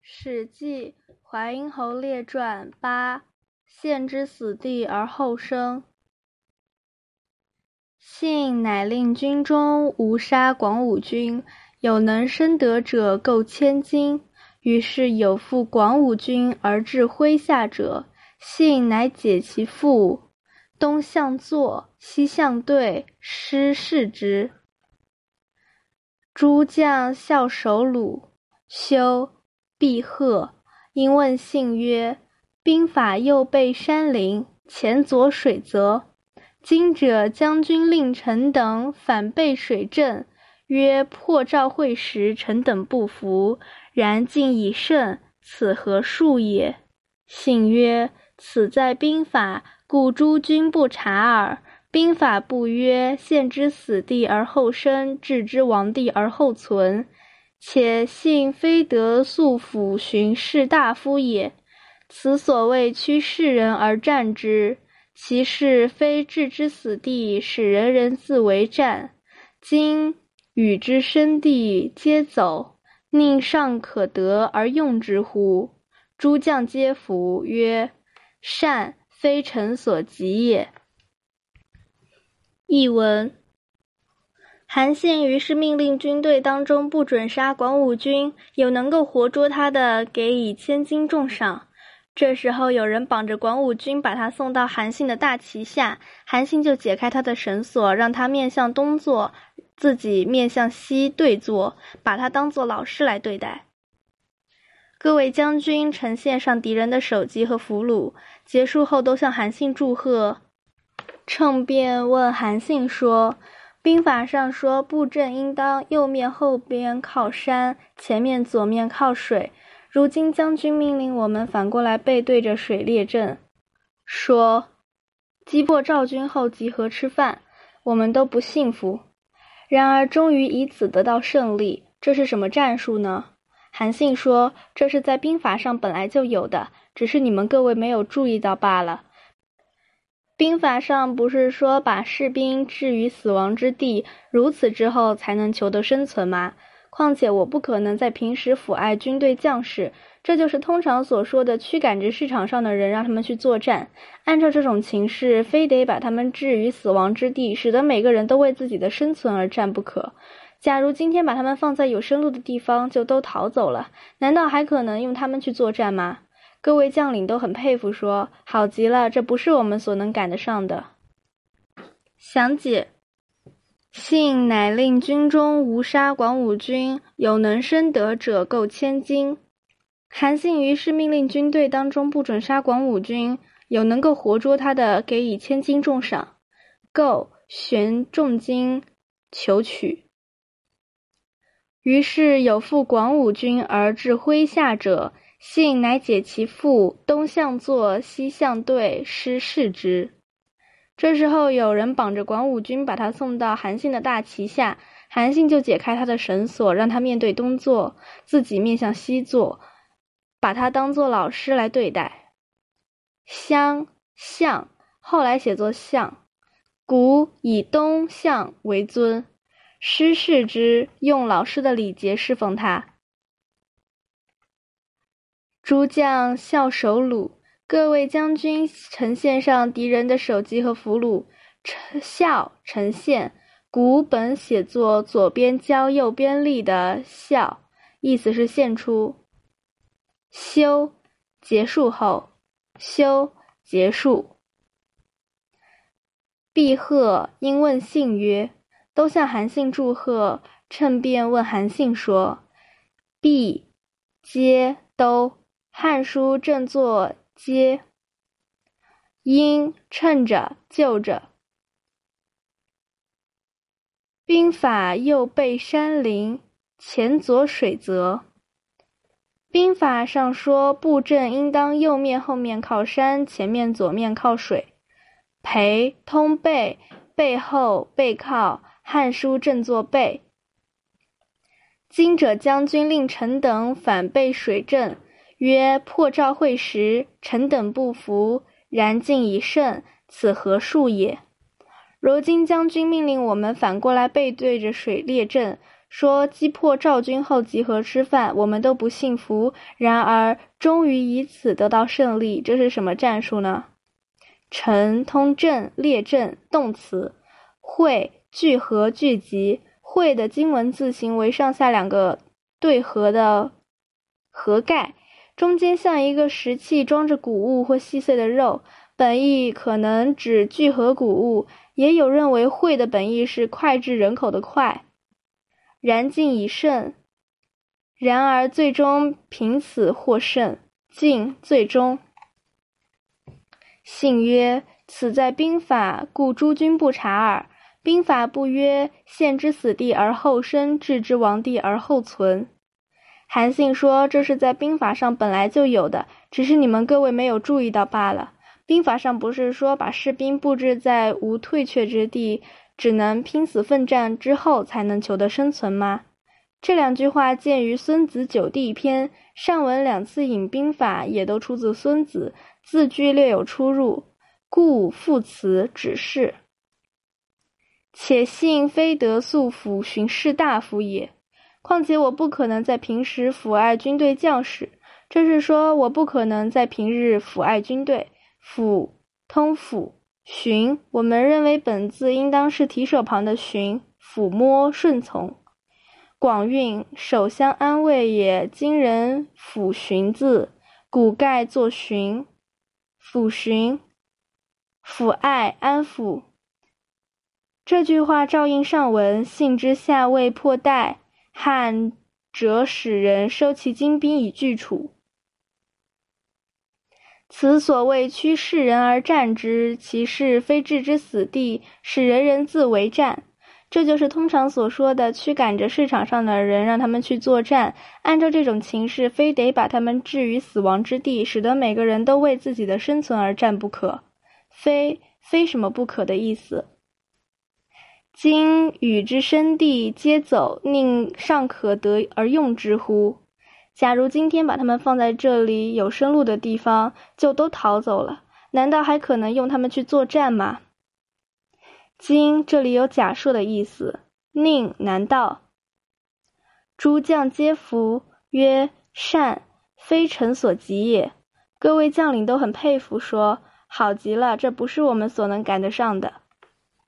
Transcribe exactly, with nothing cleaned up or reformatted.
史记·淮阴侯列传八，献之死地而后生。信乃令军中无杀广武军，有能生得者购千金。于是有负广武军而至麾下者，信乃解其缚，东向坐，西向对，师视之。诸将校守鲁、修、毕贺，因问信曰：兵法右背山陵，前左水泽。今者将军令臣等反背水阵，曰破赵会时，臣等不服，然进以胜，此何数也？信曰：此在兵法，故诸军不察耳。兵法不曰献之死地而后生，置之亡地而后存。且信非得素辅寻士大夫也，此所谓驱士人而战之，其事非置之死地，使人人自为战。今与之生地皆走，宁尚可得而用之乎？诸将皆服，曰：善，非臣所及也。译文：韩信于是命令军队当中不准杀广武军，有能够活捉他的，给以千金重赏。这时候有人绑着广武军，把他送到韩信的大旗下，韩信就解开他的绳索，让他面向东坐，自己面向西对坐，把他当作老师来对待。各位将军呈献上敌人的首级和俘虏，结束后都向韩信祝贺。乘便问韩信说：兵法上说布阵应当右面后边靠山，前面左面靠水，如今将军命令我们反过来背对着水列阵，说击破赵军后集合吃饭，我们都不信服。然而终于以此得到胜利，这是什么战术呢？韩信说，这是在兵法上本来就有的，只是你们各位没有注意到罢了。兵法上不是说把士兵置于死亡之地，如此之后才能求得生存吗？况且我不可能在平时抚爱军队将士，这就是通常所说的驱赶着市场上的人，让他们去作战。按照这种情势，非得把他们置于死亡之地，使得每个人都为自己的生存而战不可。假如今天把他们放在有生路的地方，就都逃走了，难道还可能用他们去作战吗？各位将领都很佩服，说好极了，这不是我们所能赶得上的。详解：信乃令军中无杀广武军，有能生得者购千金。韩信于是命令军队当中不准杀广武军，有能够活捉他的，给以千金重赏。购，悬重金求取。于是有负广武军而至麾下者，信乃解其缚，东向坐，西向对，师视之。这时候有人绑着广武军，把他送到韩信的大旗下，韩信就解开他的绳索，让他面对东坐，自己面向西坐，把他当作老师来对待。相，向，后来写作相，古以东向为尊，师视之，用老师的礼节侍奉他。诸将校守鲁，各位将军呈献上敌人的首级和俘虏。校，呈现，古本写作左边交右边立的校，意思是献出。休，结束后，休，结束。毕贺因问信曰，都向韩信祝贺，乘便问韩信说：毕，皆，都，汉书正作皆，因，趁着，就着。兵法右背山陵，前左水泽。兵法上说布阵应当右面后面靠山，前面左面靠水。陪，通背，背后，背靠，汉书正作背。今者将军令臣等反背水阵，曰破赵会时，臣等不服，然进以胜，此何数也？如今将军命令我们反过来背对着水列阵， 说击破赵军后集合吃饭，我们都不信服，然而终于以此得到胜利，这是什么战术呢？陈通阵列阵动词，会聚合聚集，会的经文字形为上下两个对合的合盖，中间像一个石器装着谷物或细碎的肉，本意可能指聚合谷物，也有认为会的本意是脍炙人口的脍。然尽以胜，然而最终凭此获胜，尽最终。信曰：此在兵法，故诸君不察耳。兵法不曰陷之死地而后生，置之亡地而后存。韩信说这是在兵法上本来就有的，只是你们各位没有注意到罢了。兵法上不是说把士兵布置在无退却之地，只能拼死奋战之后才能求得生存吗？这两句话见于孙子九地篇，上文两次引兵法也都出自孙子，字句略有出入，故副词指示。且信非得素抚巡士大夫也，况且我不可能在平时抚爱军队将士，这是说我不可能在平日抚爱军队。抚通抚，巡我们认为本字应当是提手旁的巡，抚摸顺从。广韵守相安慰也，今人抚巡字，古盖作巡，抚巡，抚爱安抚。这句话照应上文，信之下未破代，汉者使人收其精兵以拒楚。此所谓驱士人而战之，其势非置之死地，使人人自为战。这就是通常所说的驱赶着市场上的人，让他们去作战，按照这种情势，非得把他们置于死亡之地，使得每个人都为自己的生存而战不可。非非什么不可的意思。今与之生地皆走，宁尚可得而用之乎？假如今天把他们放在这里有生路的地方，就都逃走了，难道还可能用他们去作战吗？今这里有假设的意思，宁难道？诸将皆服，曰善，非臣所及也。各位将领都很佩服，说好极了，这不是我们所能赶得上的。